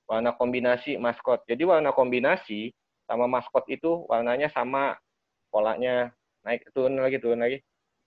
warna kombinasi maskot. Jadi warna kombinasi sama maskot itu warnanya sama, polanya. Naik, turun lagi.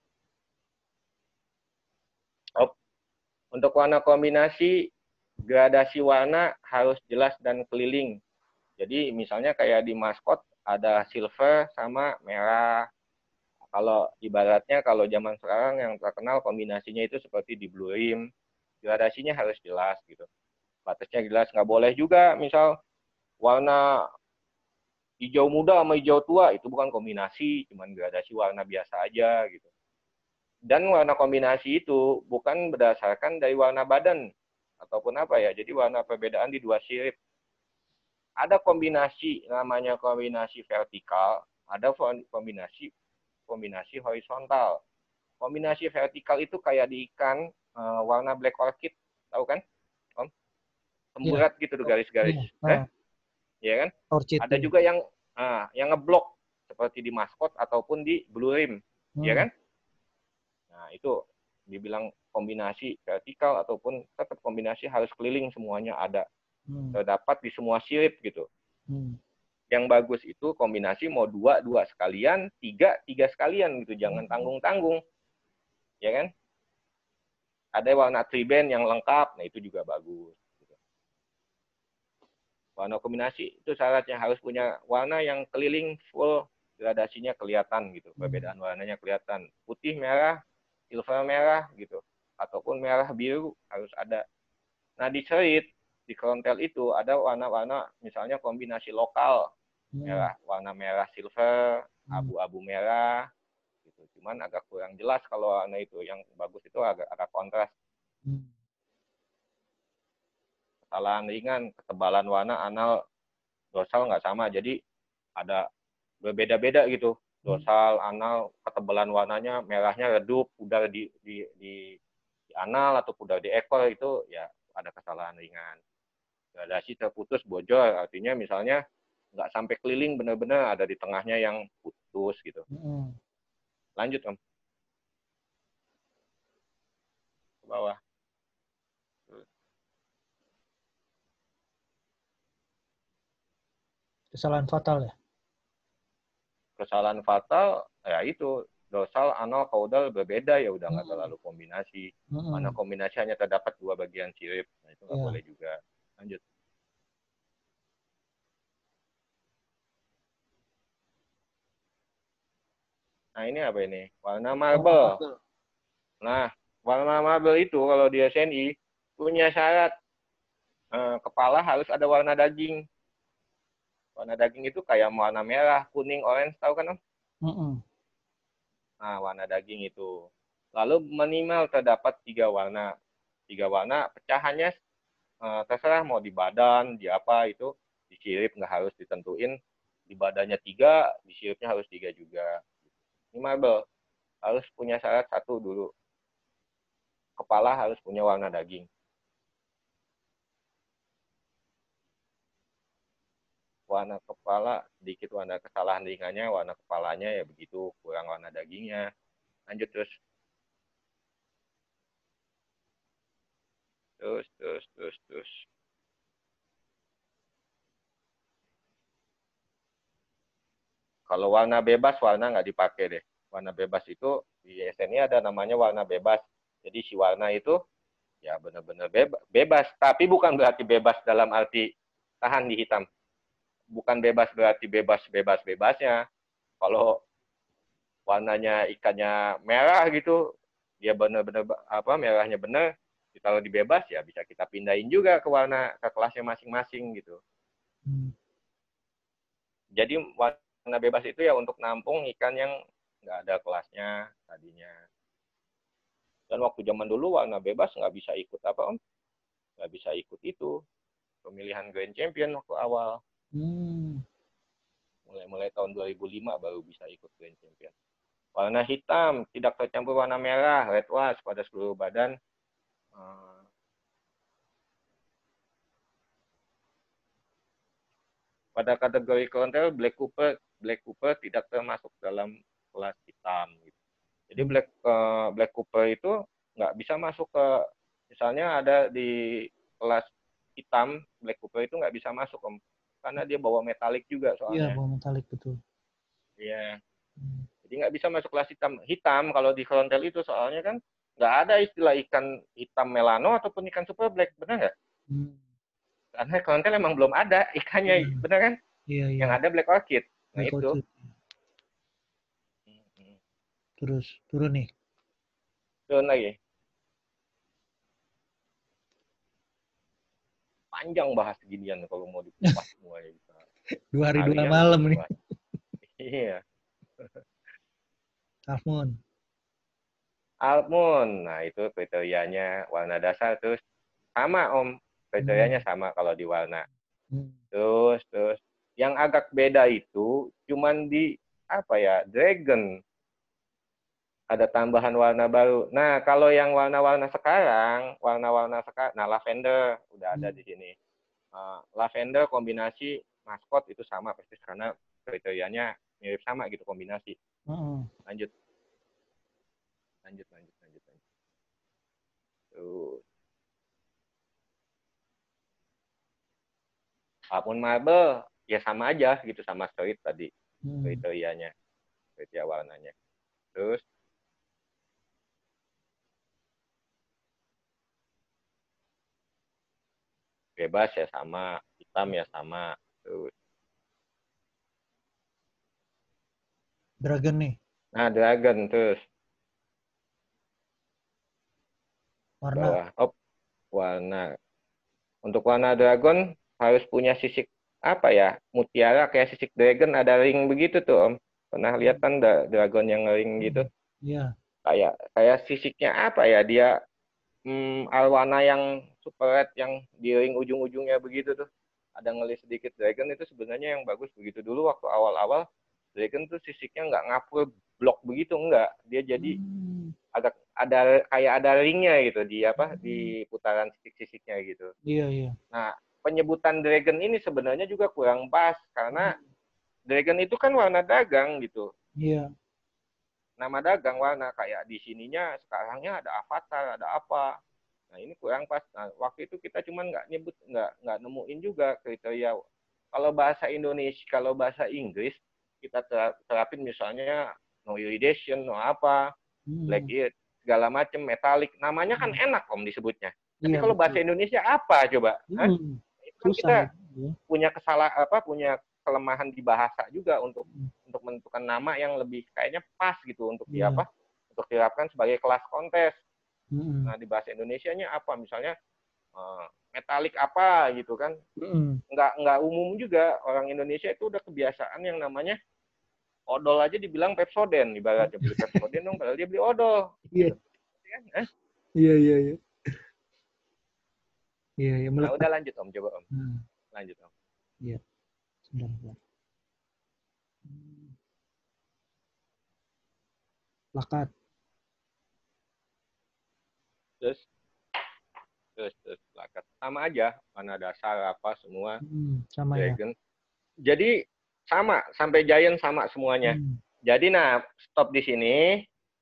Oh, untuk warna kombinasi, gradasi warna harus jelas dan keliling. Jadi misalnya kayak di maskot ada silver sama merah. Kalau ibaratnya kalau zaman sekarang yang terkenal kombinasinya itu seperti di Blue Rim, gradasinya harus jelas gitu. Batasnya jelas, nggak boleh juga misal warna hijau muda sama hijau tua itu bukan kombinasi, cuman gradasi warna biasa aja gitu. Dan warna kombinasi itu bukan berdasarkan dari warna badan ataupun apa ya. Jadi warna perbedaan di dua sirip. Ada kombinasi namanya kombinasi vertikal, ada kombinasi horizontal. Kombinasi vertikal itu kayak di ikan warna black orchid, tahu kan? Om? Iya. Semburat gitu tuh garis-garis. Iya. Ah, Ya kan? orchid Ada ya. juga yang ngeblok seperti di maskot ataupun di blue rim, ya Hmm. kan? Nah, itu dibilang kombinasi vertikal ataupun tetap kombinasi harus keliling semuanya ada. Hmm. Terdapat di semua sirip gitu. Hmm. Yang bagus itu kombinasi mau dua sekalian, tiga sekalian gitu. Jangan tanggung-tanggung, ya kan? Ada warna triband yang lengkap, nah itu juga bagus. Gitu. Warna kombinasi itu syaratnya harus punya warna yang keliling full, gradasinya kelihatan gitu, perbedaan warnanya kelihatan. Putih, merah, silver merah gitu, ataupun merah biru harus ada. Nah di serit, di krontel itu ada warna-warna misalnya kombinasi lokal, Hmm. merah, warna merah silver, Hmm. abu-abu merah, gitu. Cuman agak kurang jelas kalau warna itu. Yang bagus itu agak kontras. Hmm. Kesalahan ringan, ketebalan warna anal dorsal nggak sama, jadi ada berbeda-beda gitu. Dorsal, anal, ketebalan warnanya merahnya redup, pudar di anal atau pudar di ekor itu ya ada kesalahan ringan. Gradasi terputus bocor, artinya misalnya nggak sampai keliling benar-benar ada di tengahnya yang putus gitu. Hmm. Lanjut Om, ke bawah. Kesalahan fatal ya. Kesalahan fatal ya itu dorsal, anal, caudal berbeda ya udah nggak Hmm. terlalu kombinasi. Mana Hmm. kombinasi hanya terdapat dua bagian sirip, nah itu nggak Ya. boleh juga. Lanjut. Nah ini apa ini? Warna Warna marble. marble. Nah warna marble itu kalau di SNI punya syarat kepala harus ada warna daging. Warna daging itu kayak warna merah, kuning, orange, tahu kan Om? Hmm. Nah warna daging itu. Lalu minimal terdapat tiga warna. Tiga warna pecahannya terserah mau di badan, di apa itu, di sirip nggak harus ditentuin, di badannya tiga, di siripnya harus tiga juga. Ini marble harus punya syarat satu dulu, kepala harus punya warna daging. Warna kepala sedikit warna kesalahan ringannya, warna kepalanya ya begitu, kurang warna dagingnya. Lanjut terus. Kalau warna bebas, warna nggak dipakai deh. Warna bebas itu di SNI ada namanya warna bebas. Jadi si warna itu ya benar-benar bebas. Tapi bukan berarti bebas dalam arti tahan di hitam. Bukan bebas berarti bebasnya. Kalau warnanya ikannya merah gitu, dia benar-benar apa merahnya benar. Kalau dibebas ya bisa kita pindahin juga ke warna ke kelasnya masing-masing gitu. Hmm. Jadi warna bebas itu ya untuk nampung ikan yang nggak ada kelasnya tadinya. Dan waktu zaman dulu warna bebas nggak bisa ikut apa Om? Nggak bisa ikut itu pemilihan Grand Champion waktu awal. Hmm. Mulai tahun 2005 baru bisa ikut Grand Champion. Warna hitam tidak tercampur warna merah, red wash pada seluruh badan. Pada kategori kontel Black Cooper tidak termasuk dalam kelas hitam. Gitu. Jadi Hmm. Black Cooper itu nggak bisa masuk ke misalnya ada di kelas hitam, black copper itu nggak bisa masuk Om. Karena dia bawa metalik juga Iya, soalnya. bawa metalik betul. Iya. Hmm. Jadi nggak bisa masuk kelas hitam. Hitam kalau di frontal itu soalnya kan nggak ada istilah ikan hitam melano ataupun ikan super black, benar nggak? Hmm. Karena frontal emang belum ada Iya, ikannya, benar kan? iya, iya. Yang ada black orchid. Nah Black itu. orchid. Terus turun nih. Turun lagi. Panjang bahas ginian kalau mau dikupas semuanya bisa. 2 hari 2 Harian malam bisa nih. bahas. Iya. Half moon. Half moon. Nah itu kriterianya warna dasar terus sama Om. Kriterianya Hmm. sama kalau di warna. Hmm. Terus yang agak beda itu cuman di apa ya, dragon ada tambahan warna baru. Nah kalau yang warna-warna sekarang, nah lavender udah ada Hmm. di sini. Lavender kombinasi maskot itu sama persis karena kriterianya mirip sama gitu kombinasi. Uh-uh. Lanjut. Terus apapun marble ya sama aja gitu sama street tadi Hmm. kriterianya, kriteria warnanya. Terus bebas ya sama, hitam ya sama. Terus Dragon nih. nah dragon terus Warna. bawah warna. Untuk warna dragon harus punya sisik apa ya, mutiara kayak sisik dragon ada ring begitu tuh Om. Pernah lihat kan dragon yang ring gitu? Iya. Kayak sisiknya apa ya, dia arwana yang super red yang di ring ujung-ujungnya begitu tuh. Ada ngelis sedikit dragon itu sebenarnya yang bagus begitu. Dulu waktu awal-awal dragon tuh sisiknya nggak ngapur blok begitu, enggak. Dia jadi Hmm. agak ada kayak ada ringnya gitu di apa di putaran sisik-sisiknya gitu. Iya, iya. Nah, penyebutan dragon ini sebenarnya juga kurang pas karena dragon itu kan warna dagang gitu. Iya. Nama dagang warna kayak di sininya sekarangnya ada avatar, ada apa. Nah, ini kurang pas. Nah, waktu itu kita cuman nggak nemuin juga kriteria. Kalau bahasa Indonesia, kalau bahasa Inggris kita terapin misalnya no iridescent, no apa, black Hmm. it, segala macam metalik. Namanya kan enak Om disebutnya. Tapi Iya, kalau bahasa betul. Indonesia apa coba? Hah? Hmm. Itu kan Susah kita itu. Ya. punya kelemahan di bahasa juga untuk menentukan nama yang lebih kayaknya pas gitu untuk di Iya. apa? Untuk diterapkan sebagai kelas kontes. Hmm. Nah, di bahasa Indonesianya apa? Misalnya metalik apa gitu kan? Hmm. Nggak umum juga. Orang Indonesia itu udah kebiasaan yang namanya odol aja dibilang Pepsodent, ibaratnya beli Pepsodent dong, padahal dia beli odol. Iya. Gitu. Iya, iya, iya. Iya, iya, Nah, melekat. udah lanjut Om, coba Om. Hmm. Lanjut Om. Iya. Sebentar. Plakat. Terus plakat sama aja, warna dasar apa semua Sama ya. dragon. Jadi sama sampai giant sama semuanya. Jadi nah, stop di sini.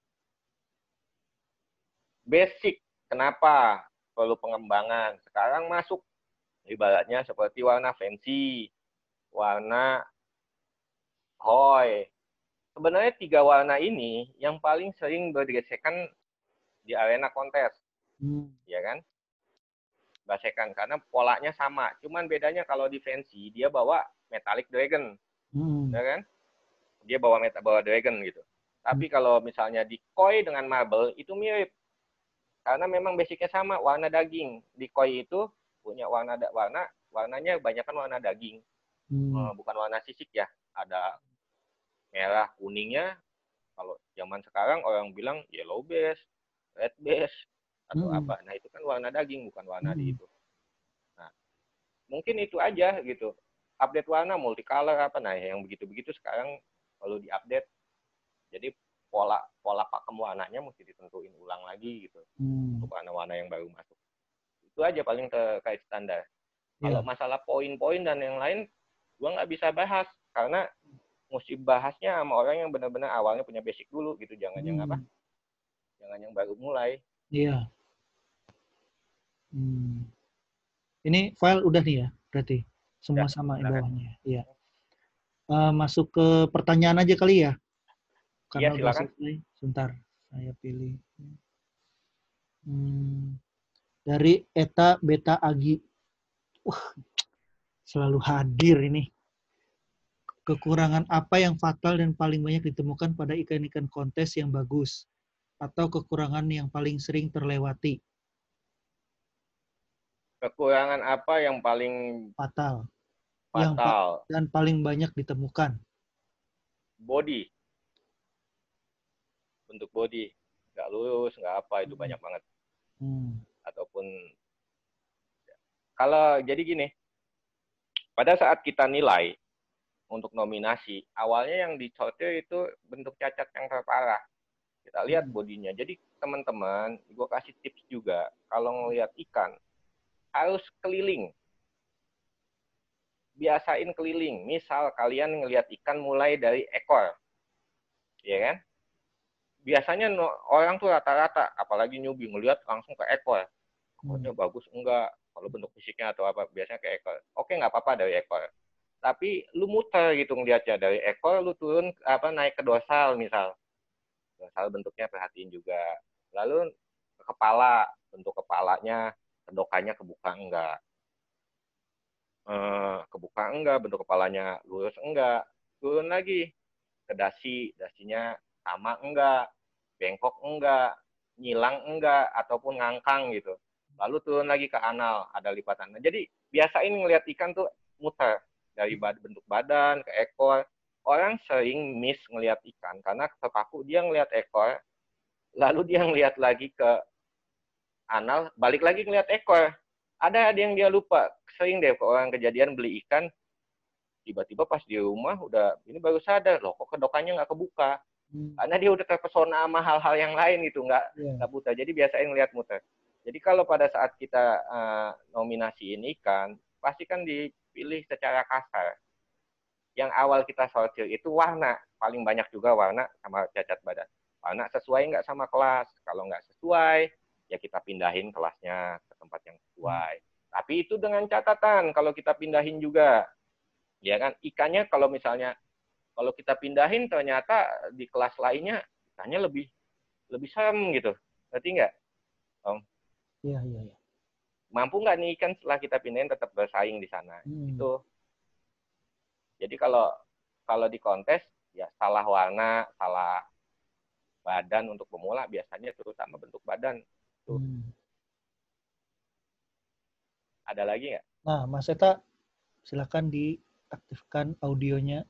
Basic. Kenapa perlu pengembangan? Sekarang masuk ibaratnya seperti warna fancy, warna Hoi. Sebenarnya 3 warna ini yang paling sering bergesekan di arena kontes, ya kan? Gesekan karena polanya sama. Cuman bedanya kalau di fancy dia bawa metallic dragon, ya kan? Dia bawa dragon gitu. Tapi kalau misalnya di koi dengan marble itu mirip. Karena memang basicnya sama, warna daging. Di koi itu punya warnanya kebanyakan warna daging. Bukan warna sisik ya. Ada merah kuningnya. Kalau zaman sekarang orang bilang yellow base, red base, atau apa. Nah itu kan warna daging, bukan warna di itu. Nah, mungkin itu aja gitu. Update warna, multicolor apa. Nah yang begitu-begitu sekarang perlu diupdate. Jadi pola pakem warnanya mesti ditentuin ulang lagi gitu. Untuk warna-warna yang baru masuk. Itu aja paling terkait standar. Kalau masalah poin-poin dan yang lain, gua nggak bisa bahas karena mesti bahasnya sama orang yang benar-benar awalnya punya basic dulu gitu, jangan yang apa, jangan yang baru mulai. Iya. Ini file udah nih ya, berarti semua Ya, sama di silakan. bawahnya. Iya. Masuk ke pertanyaan aja kali ya, Iya, karena udah silakan. selesai. Sebentar, saya pilih. Dari Eta Beta Agi. Wah, selalu hadir ini. Kekurangan apa yang fatal dan paling banyak ditemukan pada ikan-ikan kontes yang bagus? Atau kekurangan yang paling sering terlewati? Kekurangan apa yang paling Fatal. Yang fatal? dan paling banyak ditemukan. Body, bentuk body. Nggak lurus, nggak apa, itu banyak banget. Ataupun, kalau jadi gini, pada saat kita nilai untuk nominasi, awalnya yang disortir itu bentuk cacat yang terparah. Kita lihat bodinya. Jadi teman-teman, gue kasih tips juga, kalau ngelihat ikan, harus keliling. Biasain keliling. Misal kalian ngelihat ikan mulai dari ekor. Ya kan? Biasanya orang tuh rata-rata, apalagi newbie, ngelihat langsung ke ekor. Ekornya bagus enggak? Kalau bentuk fisiknya atau apa, biasanya ke ekor. Oke, nggak apa-apa dari ekor. Tapi lu muter gitu ngelihatnya, dari ekor lu turun naik ke dorsal misal. Dorsal bentuknya perhatiin juga. Lalu ke kepala, bentuk kepalanya, kedokannya kebuka enggak? Kebuka enggak, bentuk kepalanya lurus enggak? Turun lagi ke dasi, dasinya sama enggak? Bengkok enggak? Nyilang enggak? Ataupun ngangkang gitu. Lalu turun lagi ke anal, ada lipatan. Nah, jadi biasain ngelihat ikan tuh muter dari bentuk badan ke ekor. Orang sering miss ngelihat ikan karena terpaku dia ngelihat ekor, lalu dia ngelihat lagi ke anal, balik lagi ngelihat ekor. Ada yang dia lupa. Sering deh orang kejadian beli ikan, tiba-tiba pas di rumah udah ini baru sadar, loh kok kedokannya nggak kebuka. Karena dia udah terpesona sama hal-hal yang lain gitu, nggak buta. Jadi biasain ngelihat muter. Jadi kalau pada saat kita nominasiin ikan, pasti kan dipilih secara kasar. Yang awal kita sortir itu warna, paling banyak juga warna sama cacat badan. Warna sesuai nggak sama kelas. Kalau nggak sesuai, ya kita pindahin kelasnya ke tempat yang sesuai. Tapi itu dengan catatan kalau kita pindahin juga, ya kan, ikannya kalau misalnya kalau kita pindahin ternyata di kelas lainnya ikannya lebih lebih serem gitu, berarti nggak, Om? Iya, iya, iya. Mampu nggak nih ikan setelah kita pindahin tetap bersaing di sana? Itu. Jadi kalau kalau di kontes ya salah warna, salah badan untuk pemula biasanya terutama bentuk badan. Tuh. Ada lagi nggak? Nah, Mas Eta, silakan diaktifkan audionya.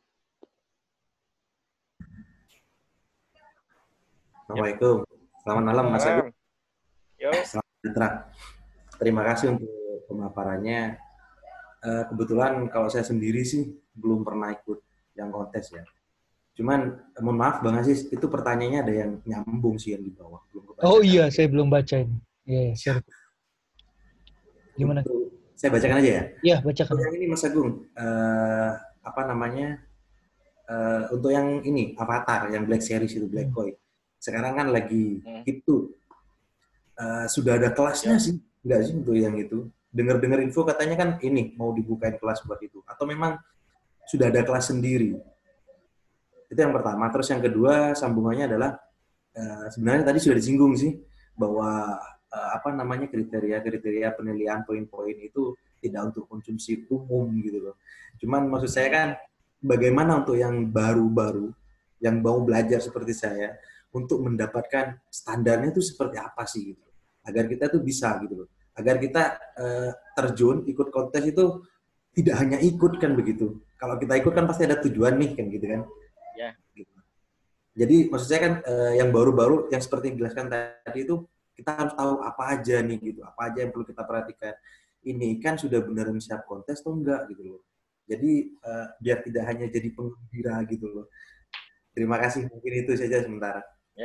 Assalamualaikum. Selamat malam Mas Agus. Selamat sejahtera. Terima kasih untuk pemaparannya. Kebetulan kalau saya sendiri sih belum pernah ikut yang kontes ya. Cuman mohon maaf Bang Aziz, itu pertanyaannya ada yang nyambung sih yang di bawah. Belum kebaca. Oh iya, saya belum baca ini. Iya, sorry. Gimana? Saya bacakan aja ya. Iya, bacakan. Untuk yang ini Mas Agung, apa namanya? Untuk yang ini Avatar, yang Black Series itu Black Koi. Sekarang kan lagi itu sudah ada kelasnya sih, enggak sih untuk yang itu? Dengar-dengar info katanya kan ini mau dibukain kelas buat itu, atau memang sudah ada kelas sendiri? Itu yang pertama. Terus yang kedua sambungannya adalah sebenarnya tadi sudah disinggung sih bahwa apa namanya kriteria penilaian poin-poin itu tidak untuk konsumsi umum gitu loh. Cuman maksud saya kan bagaimana untuk yang baru-baru yang mau belajar seperti saya untuk mendapatkan standarnya itu seperti apa sih gitu, agar kita tuh bisa gitu loh, agar kita terjun ikut kontes itu tidak hanya ikut kan begitu. Kalau kita ikut kan pasti ada tujuan nih kan gitu kan. Ya. Gitu. Jadi maksud saya kan yang baru-baru yang seperti yang dijelaskan tadi itu kita harus tahu apa aja nih gitu, apa aja yang perlu kita perhatikan. Ini kan sudah beneran siap kontes atau enggak gitu loh. Jadi biar tidak hanya jadi penggembira gitu loh. Terima kasih, mungkin itu saja sementara. Ya.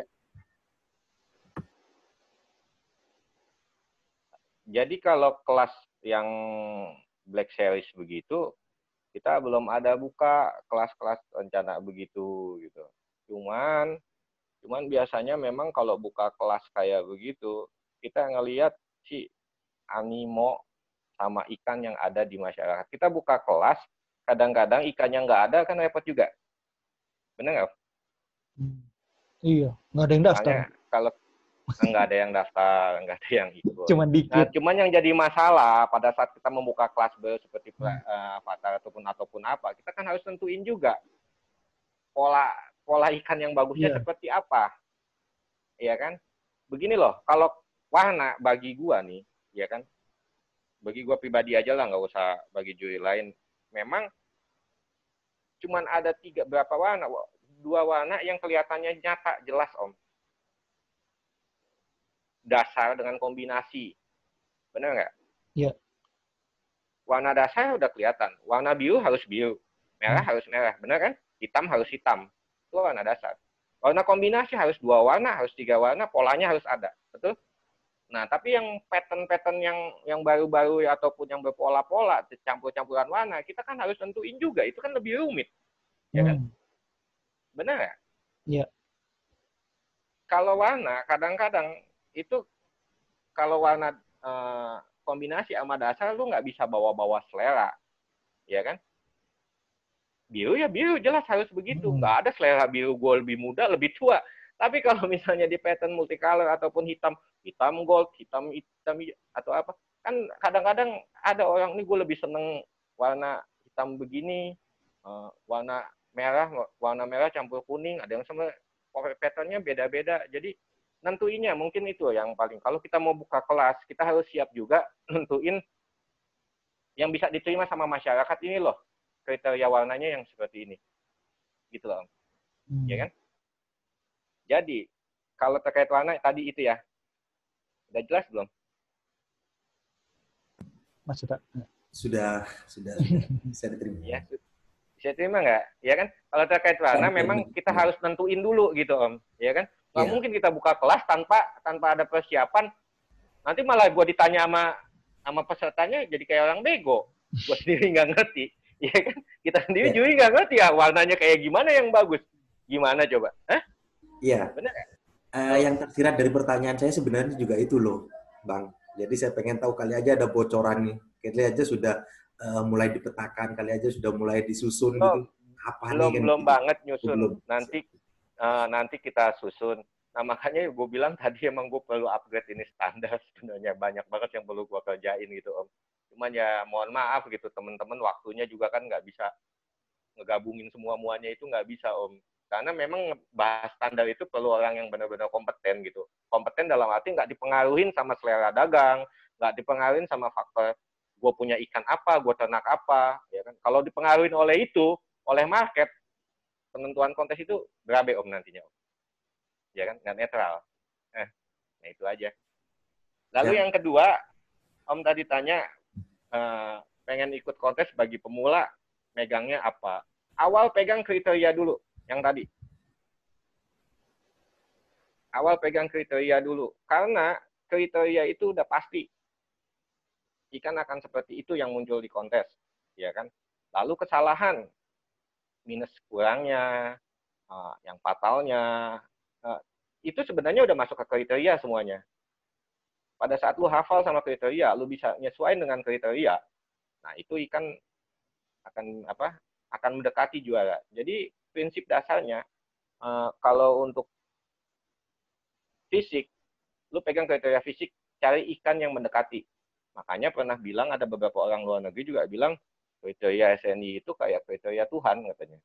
Jadi kalau kelas yang Black Series begitu, kita belum ada buka kelas-kelas rencana begitu gitu. Cuman biasanya memang kalau buka kelas kayak begitu, kita ngelihat si animo sama ikan yang ada di masyarakat. Kita buka kelas, kadang-kadang ikannya nggak ada, kan repot juga. Benar nggak? Iya, nggak ada yang daftar. Soalnya kalau nggak ada yang daftar, nggak ada yang ikut. Cuman Nah, dikit. cuman yang jadi masalah pada saat kita membuka kelas baru seperti avatar ataupun apa, kita kan harus tentuin juga pola ikan yang bagusnya seperti apa, ya kan? Begini loh, kalau warna bagi gua nih, ya kan? Bagi gua pribadi aja lah, nggak usah bagi juri lain. Memang cuman ada berapa warna? 2 warna yang kelihatannya nyata, jelas Om. Dasar dengan kombinasi. Benar nggak? Iya. Warna dasar udah kelihatan. Warna biru harus biru. Merah harus merah. Benar kan? Hitam harus hitam. Itu warna dasar. Warna kombinasi harus 2 warna, harus 3 warna, polanya harus ada. Betul? Nah, tapi yang pattern-pattern yang baru-baru ataupun yang berpola-pola, campur-campuran warna, kita kan harus tentuin juga. Itu kan lebih rumit. Ya kan? Benar nggak? Iya. Kalau warna, kadang-kadang itu kalau warna kombinasi sama dasar, lu nggak bisa bawa-bawa selera. Ya kan? Biru ya biru, jelas harus begitu. Nggak ada selera biru gue lebih muda, lebih tua. Tapi kalau misalnya di pattern multicolor ataupun hitam gold, hitam atau apa, kan kadang-kadang ada orang, ini gue lebih seneng warna hitam begini, warna merah campur kuning, ada yang sama patternnya beda-beda. Jadi nentuinnya mungkin itu yang paling. Kalau kita mau buka kelas, kita harus siap juga nentuin yang bisa diterima sama masyarakat ini loh. Kriteria warnanya yang seperti ini. Gitu loh. Ya kan? Jadi, kalau terkait warna tadi itu ya. Udah jelas belum? Mas Uta. Sudah bisa diterima. Ya, bisa diterima nggak? Ya kan? Kalau terkait warna memang kita harus nentuin dulu gitu Om. Ya kan? Nggak mungkin kita buka kelas tanpa ada persiapan. Nanti malah gue ditanya sama pesertanya jadi kayak orang bego. Gue sendiri nggak ngerti. Ya kan? Kita sendiri juga nggak ngerti ya warnanya kayak gimana yang bagus. Gimana coba? Hah? Iya. Benar nggak? Yang tersirat dari pertanyaan saya sebenarnya juga itu loh, Bang. Jadi saya pengen tahu, kali aja ada bocoran nih. Kali aja sudah mulai dipetakan, kali aja sudah mulai disusun gitu. Apa nih kan? Belum gitu. banget nyusun. Belum. Nanti kita susun. Nah, makanya gue bilang tadi emang gue perlu upgrade ini standar sebenarnya. Banyak banget yang perlu gue kerjain gitu, Om. Cuman ya mohon maaf gitu, teman-teman waktunya juga kan nggak bisa ngegabungin semua-muanya itu nggak bisa, Om. Karena memang bahas standar itu perlu orang yang benar-benar kompeten gitu. Kompeten dalam arti nggak dipengaruhin sama selera dagang, nggak dipengaruhin sama faktor gue punya ikan apa, gue ternak apa. Ya kan? Kalau dipengaruhin oleh itu, oleh market, penentuan kontes itu berabe Om nantinya. Om. Ya kan? Nggak netral. Nah itu aja. Lalu yang kedua, Om tadi tanya, pengen ikut kontes bagi pemula, megangnya apa? Awal pegang kriteria dulu. Yang tadi. Awal pegang kriteria dulu. Karena kriteria itu udah pasti. Ikan akan seperti itu yang muncul di kontes. Ya kan? Lalu kesalahan. Minus kurangnya. Yang fatalnya. Itu sebenarnya udah masuk ke kriteria semuanya. Pada saat lu hafal sama kriteria, lu bisa nyesuaiin dengan kriteria. Nah, itu ikan akan mendekati juara. Jadi prinsip dasarnya, kalau untuk fisik, lu pegang kriteria fisik, cari ikan yang mendekati. Makanya pernah bilang, ada beberapa orang luar negeri juga bilang, kriteria SNI itu kayak kriteria Tuhan, katanya.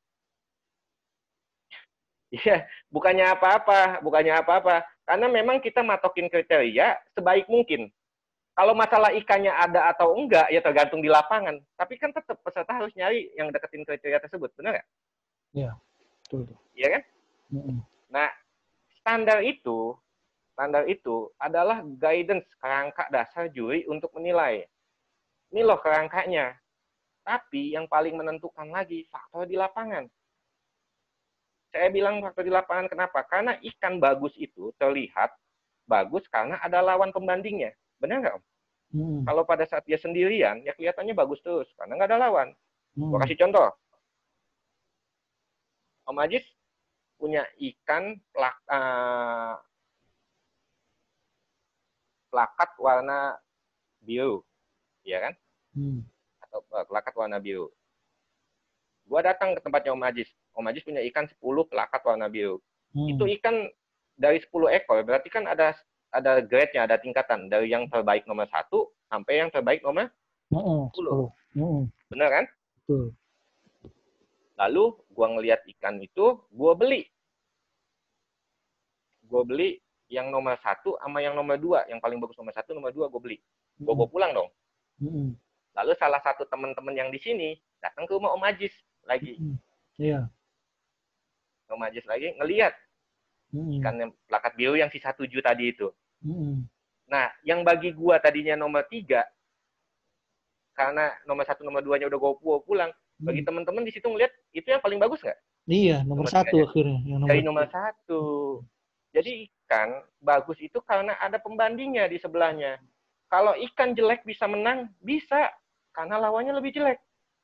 Iya, bukannya apa-apa. Karena memang kita matokin kriteria sebaik mungkin. Kalau masalah ikannya ada atau enggak, ya tergantung di lapangan. Tapi kan tetap peserta harus nyari yang deketin kriteria tersebut, benar nggak? Iya, betul. Iya kan? Nah, standar itu adalah guidance, kerangka dasar juri untuk menilai. Ini loh kerangkanya. Tapi yang paling menentukan lagi faktor di lapangan. Saya bilang faktor di lapangan kenapa? Karena ikan bagus itu terlihat bagus karena ada lawan pembandingnya. Benar nggak, Om? Kalau pada saat dia sendirian, ya kelihatannya bagus terus karena nggak ada lawan. Gua kasih contoh. Om Ajis punya ikan plakat warna biru. ya kan? Atau plakat warna biru. Gua datang ke tempatnya Om Ajis. Om Ajis punya ikan 10 plakat warna biru. Itu ikan dari 10 ekor, berarti kan ada grade-nya, ada tingkatan. Dari yang terbaik nomor 1 sampai yang terbaik nomor 10. Bener kan? Betul. Lalu gua ngelihat ikan itu, gua beli. Gua beli yang nomor 1 sama yang nomor 2. Yang paling bagus nomor 1, nomor 2 gua beli. Gua bawa pulang dong. Lalu salah satu teman-teman yang di sini datang ke rumah Om Ajis lagi. Iya. Om Ajis lagi ngelihat ikan yang plakat biru yang sisa 7 tadi itu. Nah, yang bagi gua tadinya nomor 3, karena nomor 1, nomor 2-nya udah gua pulang, bagi teman-teman di situ ngelihat itu yang paling bagus nggak? Iya, nomor 1 akhirnya. Yang dari nomor 1. Jadi ikan bagus itu karena ada pembandingnya di sebelahnya. Kalau ikan jelek bisa menang, bisa. Karena lawannya lebih jelek.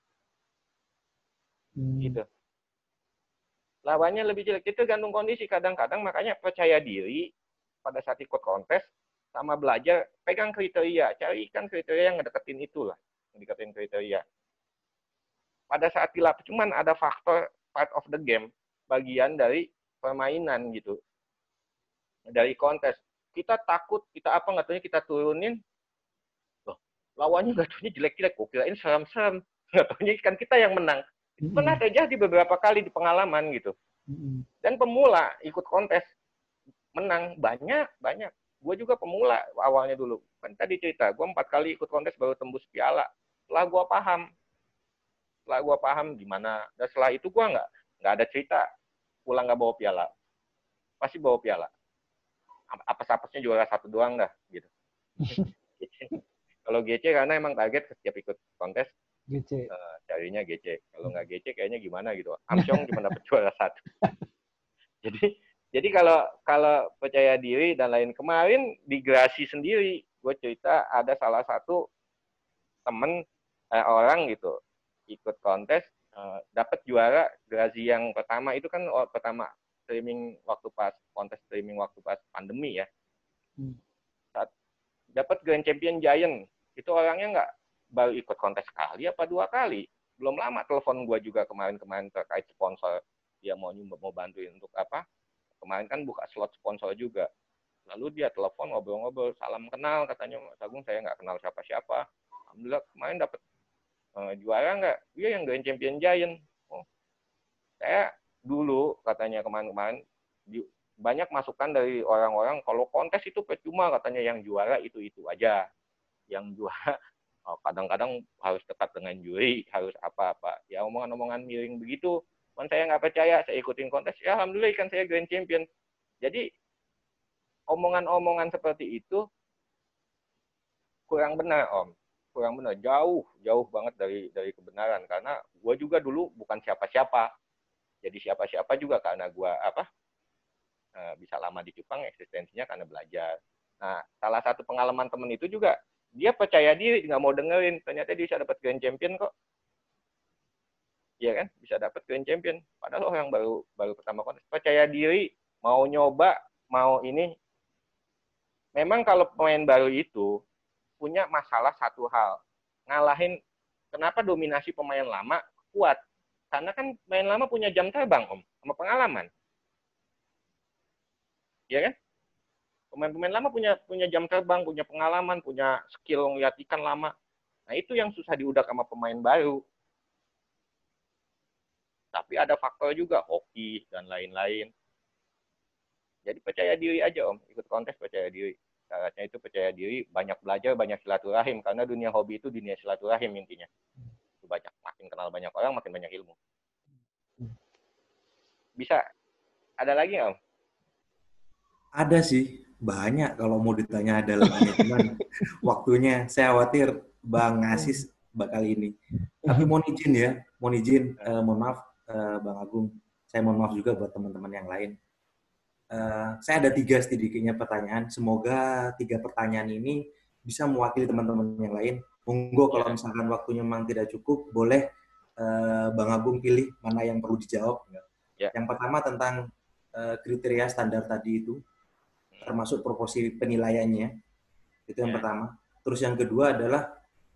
Gitu. Lawannya lebih jelek. Itu gantung kondisi. Kadang-kadang makanya percaya diri pada saat ikut kontes sama belajar, pegang kriteria. Cari ikan kriteria yang ngedeketin itulah. Ngedeketin kriteria. Pada saat di lapangan, cuman ada faktor part of the game. Bagian dari permainan gitu. Dari kontes. Kita takut, kita apa, nggak tahunya kita turunin. Loh, lawannya nggak tahunya jelek-jelek. Kok kirain serem-serem. Nggak tahunya ikan kita yang menang. Itu pernah terjadi beberapa kali di pengalaman gitu. Dan pemula ikut kontes menang banyak. Gue juga pemula awalnya dulu. Kan tadi cerita, gue 4 kali ikut kontes baru tembus piala. Setelah gue paham gimana. Dan setelah itu gue nggak ada cerita pulang nggak bawa piala. Pasti bawa piala. Apes-apesnya juara 1 doang dah gitu. Kalau GC karena emang target setiap ikut kontes GC. Carinya GC. Kalau nggak GC kayaknya gimana gitu. Armstrong cuma dapat juara 1. Jadi kalau percaya diri dan lain, kemarin di Grasi sendiri gue cerita ada salah satu temen orang gitu ikut kontes dapat juara Grasi yang pertama itu kan pertama kontes streaming waktu pas pandemi ya. Dapat Grand Champion Giant. Itu orangnya nggak baru ikut kontes sekali apa 2 kali. Belum lama telepon gue juga kemarin terkait sponsor. Dia mau bantuin untuk apa. Kemarin kan buka slot sponsor juga. Lalu dia telepon ngobrol-ngobrol. Salam kenal katanya. Mas Agung saya nggak kenal siapa-siapa. Alhamdulillah kemarin dapat juara nggak? Dia yang Grand Champion Giant. Oh, saya dulu katanya kemarin banyak masukan dari orang-orang kalau kontes itu percuma katanya, yang juara itu aja. Yang juara kadang-kadang harus dekat dengan juri, harus apa-apa. Ya omongan-omongan miring begitu. Man saya nggak percaya, saya ikutin kontes. Ya alhamdulillah kan saya Grand Champion. Jadi omongan-omongan seperti itu kurang benar Om. Kurang benar, jauh banget dari kebenaran. Karena gue juga dulu bukan siapa-siapa. Jadi siapa-siapa juga karena gue bisa lama di Jepang, eksistensinya karena belajar. Nah, salah satu pengalaman temen itu juga, dia percaya diri, nggak mau dengerin. Ternyata dia bisa dapat Grand Champion kok. Iya kan? Bisa dapat Grand Champion. Padahal orang baru pertama kontes. Percaya diri, mau nyoba, mau ini. Memang kalau pemain baru itu punya masalah satu hal. Ngalahin, kenapa dominasi pemain lama kuat? Karena kan pemain lama punya jam terbang, Om, sama pengalaman. Iya kan? Pemain-pemain lama punya jam terbang, punya pengalaman, punya skill ngeliat ikan lama. Nah, itu yang susah diudak sama pemain baru. Tapi ada faktor juga, hoki dan lain-lain. Jadi percaya diri aja Om, ikut kontes percaya diri. Syaratnya itu percaya diri, banyak belajar, banyak silaturahim. Karena dunia hobi itu dunia silaturahim intinya. Itu banyak, makin kenal banyak orang, makin banyak ilmu. Bisa, ada lagi nggak Om? Ada sih, banyak kalau mau ditanya ada lagi. Cuman waktunya, saya khawatir Bang Asis bakal ini. Tapi mohon izin, mohon maaf Bang Agung. Saya mohon maaf juga buat teman-teman yang lain. Saya ada 3 sedikitnya pertanyaan. Semoga 3 pertanyaan ini bisa mewakili teman-teman yang lain. Monggo kalau misalkan waktunya memang tidak cukup, boleh Bang Agung pilih mana yang perlu dijawab. Yang pertama tentang kriteria standar tadi itu, termasuk proporsi penilaiannya. Itu yang pertama. Terus yang kedua adalah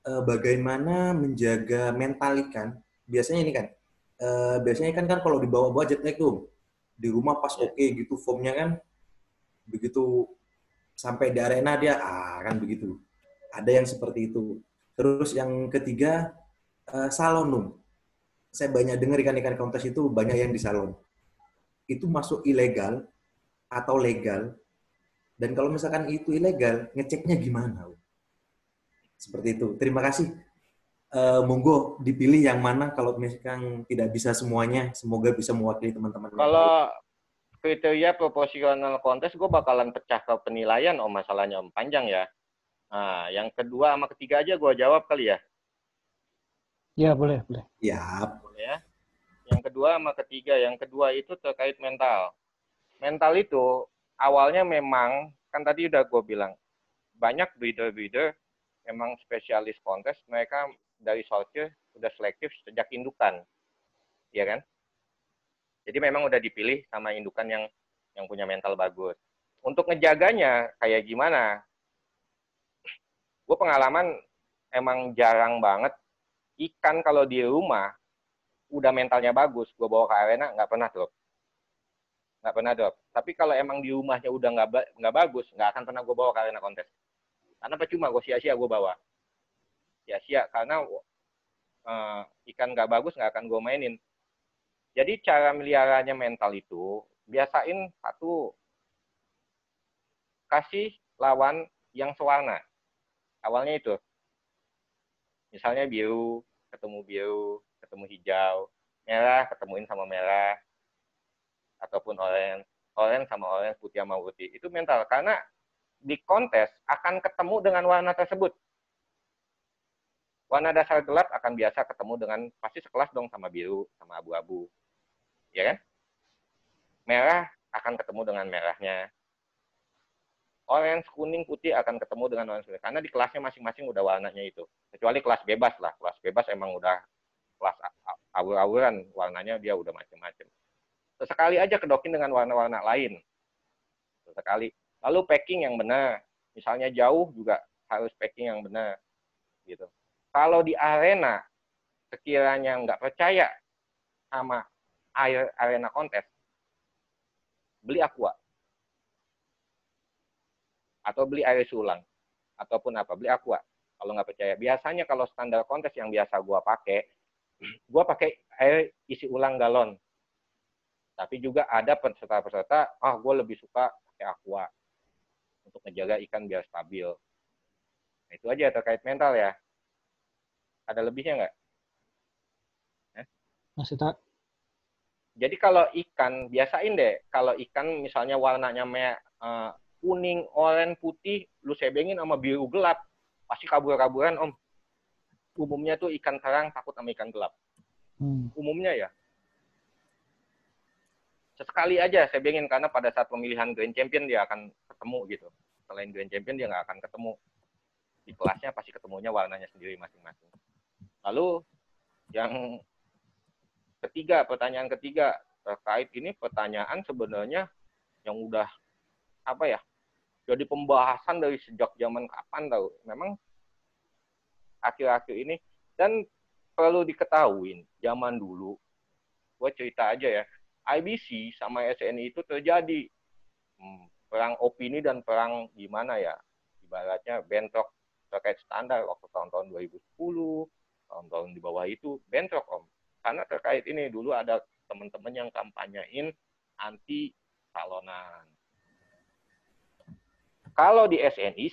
bagaimana menjaga mental ikan. Biasanya ini kan, biasanya kan kalau dibawa-bawa jet lag tuh, di rumah pas oke gitu formnya kan, begitu sampai di arena dia kan begitu. Ada yang seperti itu. Terus yang ketiga, salonum. Saya banyak dengar ikan-ikan kontes itu banyak yang di salon. Itu masuk ilegal atau legal? Dan kalau misalkan itu ilegal, ngeceknya gimana? Seperti itu. Terima kasih. Monggo dipilih yang mana kalau misalkan tidak bisa semuanya. Semoga bisa mewakili teman-teman yang lain. Kalau kriteria proporsional kontes, gue bakalan pecah ke penilaian om, masalahnya om, panjang ya. Nah, yang kedua sama ketiga aja gue jawab kali ya. Ya, boleh, boleh. Ya. Boleh ya. Yang kedua sama ketiga, yang kedua itu terkait mental. Mental itu awalnya memang, kan tadi udah gue bilang, banyak breeder-breeder memang spesialis kontes, mereka dari sortir udah selektif sejak indukan, ya kan? Jadi memang udah dipilih sama indukan yang punya mental bagus. Untuk ngejaganya kayak gimana? Gue pengalaman emang jarang banget ikan kalau di rumah udah mentalnya bagus, gue bawa ke arena nggak pernah drop. Nggak pernah drop. Tapi kalau emang di rumahnya udah nggak bagus, nggak akan pernah gue bawa ke arena kontes. Karena percuma, gue sia-sia gue bawa. Sia-sia, karena ikan nggak bagus nggak akan gue mainin. Jadi cara meliharanya mental itu, biasain satu, kasih lawan yang sewarna. Awalnya itu. Misalnya biru, ketemu hijau, merah, ketemuin sama merah, ataupun orange sama orange, putih sama putih. Itu mental, karena di kontes akan ketemu dengan warna tersebut. Warna dasar gelap akan biasa ketemu dengan, pasti sekelas dong sama biru, sama abu-abu. Ya kan? Merah akan ketemu dengan merahnya. Orange, kuning, putih akan ketemu dengan orange kuning. Karena di kelasnya masing-masing udah warnanya itu. Kecuali kelas bebas lah. Kelas bebas emang udah kelas awur-awuran. Warnanya dia udah macam-macam. Sesekali aja kedokin dengan warna-warna lain. Sesekali. Lalu packing yang benar. Misalnya jauh juga harus packing yang benar. Gitu. Kalau di arena, sekiranya nggak percaya sama air arena kontes, beli aqua. Atau beli air sulang. Ataupun apa, beli aqua. Kalau nggak percaya. Biasanya kalau standar kontes yang biasa gue pakai air isi ulang galon. Tapi juga ada peserta-peserta, gue lebih suka pakai aqua. Untuk ngejaga ikan biar stabil. Nah, itu aja terkait mental ya. Ada lebihnya nggak? Masih tak? Jadi kalau ikan, biasain deh. Kalau ikan misalnya warnanya kuning, oranye, putih, lu sebengin sama biru gelap. Pasti kabur-kaburan, om. Umumnya tuh ikan karang takut sama ikan gelap. Umumnya ya. Sesekali aja sebengin, karena pada saat pemilihan Grand Champion dia akan ketemu gitu. Selain Grand Champion dia nggak akan ketemu. Di kelasnya pasti ketemunya warnanya sendiri masing-masing. Lalu yang ketiga, pertanyaan ketiga terkait ini, pertanyaan sebenarnya yang udah apa ya, jadi pembahasan dari sejak zaman kapan tahu. Memang akhir-akhir ini, dan perlu diketahui zaman dulu, gue cerita aja ya, IBC sama SNI itu terjadi perang opini dan perang gimana ya, ibaratnya bentrok terkait standar waktu tahun-tahun 2010, tahun-tahun di bawah itu bentrok om. Karena terkait ini dulu ada teman-teman yang kampanyein anti salonan. Kalau di SNI